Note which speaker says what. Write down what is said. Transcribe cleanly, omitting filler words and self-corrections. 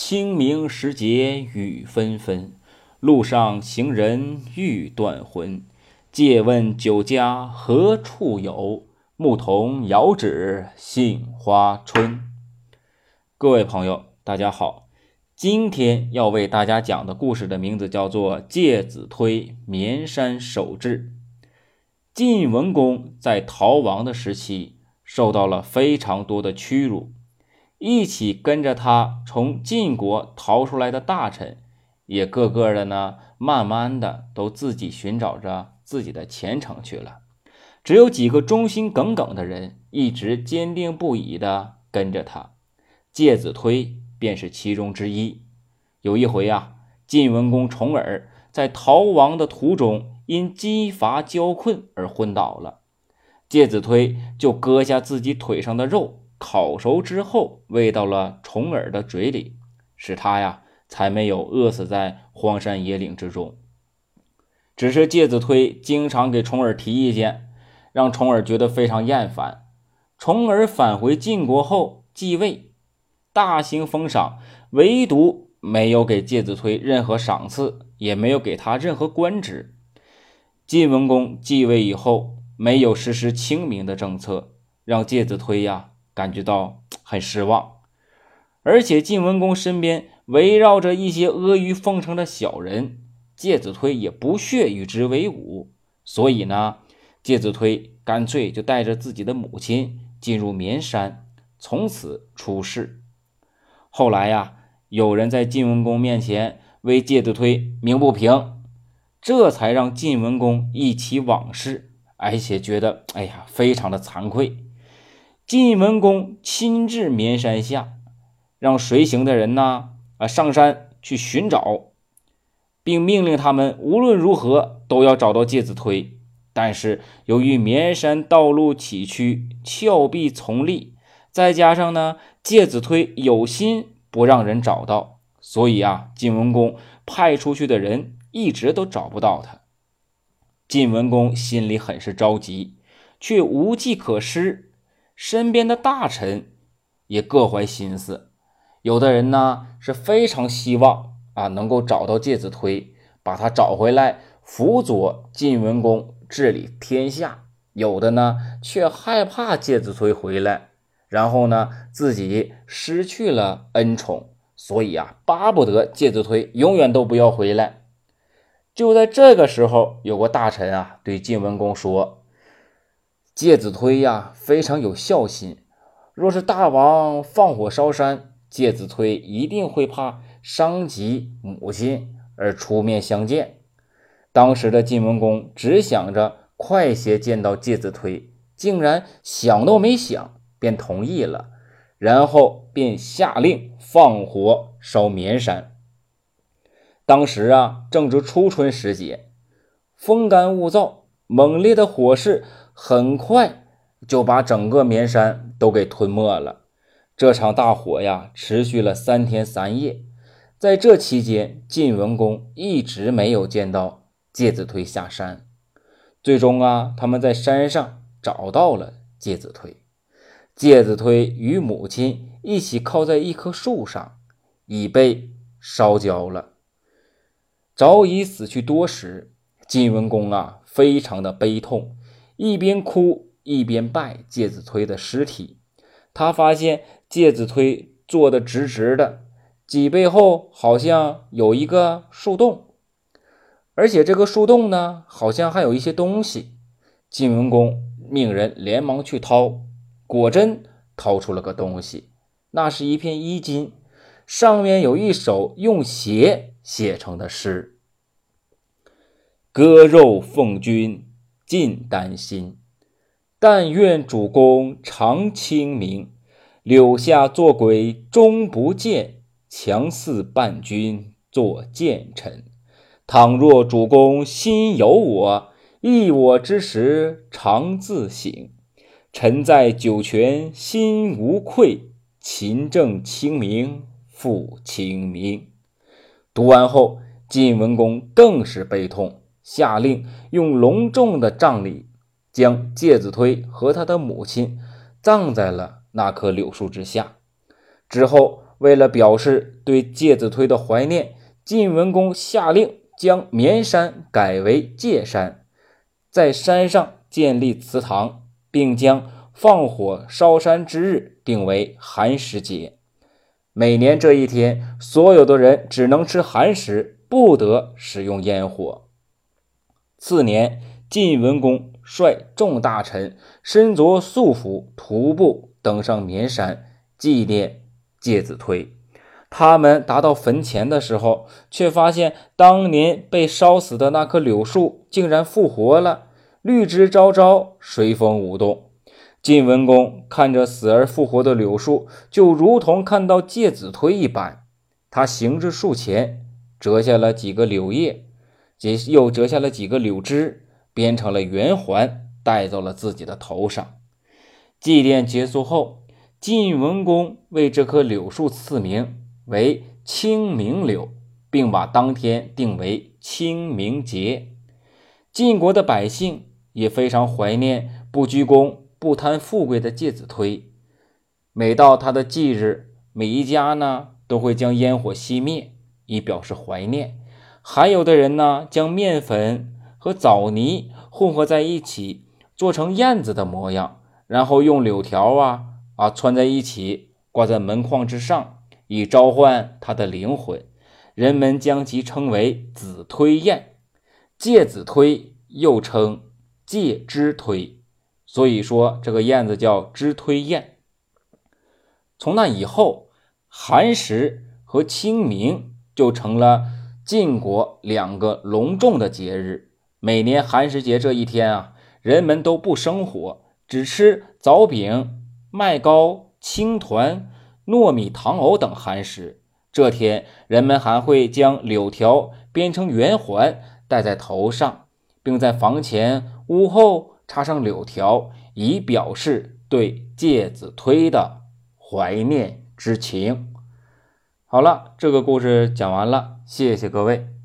Speaker 1: 清明时节雨纷纷，路上行人欲断魂。借问酒家何处有？牧童遥指杏花村。各位朋友，大家好，今天要为大家讲的故事的名字叫做《介子推绵山守志》。晋文公在逃亡的时期受到了非常多的屈辱，一起跟着他从晋国逃出来的大臣也个个的呢，慢慢的都自己寻找着自己的前程去了，只有几个忠心耿耿的人一直坚定不移的跟着他，介子推便是其中之一。有一回啊，晋文公重耳在逃亡的途中因饥乏交困而昏倒了，介子推就割下自己腿上的肉，烤熟之后喂到了重耳的嘴里，使他呀才没有饿死在荒山野岭之中。只是介子推经常给重耳提意见，让重耳觉得非常厌烦。重耳返回晋国后继位，大兴封赏，唯独没有给介子推任何赏赐，也没有给他任何官职。晋文公继位以后没有实施清明的政策，让介子推呀感觉到很失望。而且晋文公身边围绕着一些阿谀奉承的小人，介子推也不屑与之为伍，所以呢，介子推干脆就带着自己的母亲进入绵山，从此出仕。后来呀，有人在晋文公面前为介子推鸣不平，这才让晋文公忆起往事，而且觉得非常的惭愧。晋文公亲至绵山下，让随行的人上山去寻找，并命令他们无论如何都要找到介子推。但是由于绵山道路崎岖，峭壁丛立，再加上介子推有心不让人找到，所以晋文公派出去的人一直都找不到他。晋文公心里很是着急，却无计可施。身边的大臣也各怀心思，有的人是非常希望能够找到介子推，把他找回来辅佐晋文公治理天下，有的却害怕介子推回来，然后自己失去了恩宠，所以巴不得介子推永远都不要回来。就在这个时候，有个大臣对晋文公说，介子推非常有孝心，若是大王放火烧山，介子推一定会怕伤及母亲而出面相见。当时的晋文公只想着快些见到介子推，竟然想都没想便同意了，然后便下令放火烧绵山。当时正值初春时节，风干物燥，猛烈的火势很快就把整个绵山都给吞没了。这场大火持续了3天3夜，在这期间晋文公一直没有见到介子推下山。最终他们在山上找到了介子推。介子推与母亲一起靠在一棵树上，已被烧焦了，早已死去多时。晋文公非常的悲痛，一边哭一边拜介子推的尸体。他发现介子推坐得直直的，脊背后好像有一个树洞，而且这个树洞好像还有一些东西。晋文公命人连忙去掏，果真掏出了个东西，那是一片衣襟，上面有一首用血写成的诗：割肉奉君尽丹心，但愿主公常清明，柳下做鬼终不见，强似伴君作谏臣。倘若主公心有我，忆我之时常自省，臣在九泉心无愧，勤政清明复清明。读完后，晋文公更是悲痛，下令用隆重的葬礼将介子推和他的母亲葬在了那棵柳树之下。之后为了表示对介子推的怀念，晋文公下令将绵山改为介山，在山上建立祠堂，并将放火烧山之日定为寒食节。每年这一天，所有的人只能吃寒食，不得使用烟火。次年，晋文公率众大臣身着素服，徒步登上绵山，纪念介子推。他们达到坟前的时候，却发现当年被烧死的那棵柳树竟然复活了，绿枝招招，随风舞动。晋文公看着死而复活的柳树，就如同看到介子推一般。他行至树前，折下了几个柳叶，又折下了几个柳枝，编成了圆环，戴到了自己的头上。祭奠结束后，晋文公为这棵柳树赐名为清明柳，并把当天定为清明节。晋国的百姓也非常怀念不居功不贪富贵的介子推。每到他的忌日，每一家呢都会将烟火熄灭，以表示怀念。还有的人呢，将面粉和枣泥混合在一起，做成燕子的模样，然后用柳条穿在一起，挂在门框之上，以召唤他的灵魂。人们将其称为子推燕。介子推又称介之推，所以说这个燕子叫之推燕。从那以后，寒食和清明就成了晋国两个隆重的节日。每年寒食节这一天人们都不生火，只吃枣饼、麦糕、青团、糯米糖藕等寒食。这天，人们还会将柳条编成圆环戴在头上，并在房前、屋后插上柳条，以表示对介子推的怀念之情。好了，这个故事讲完了，谢谢各位。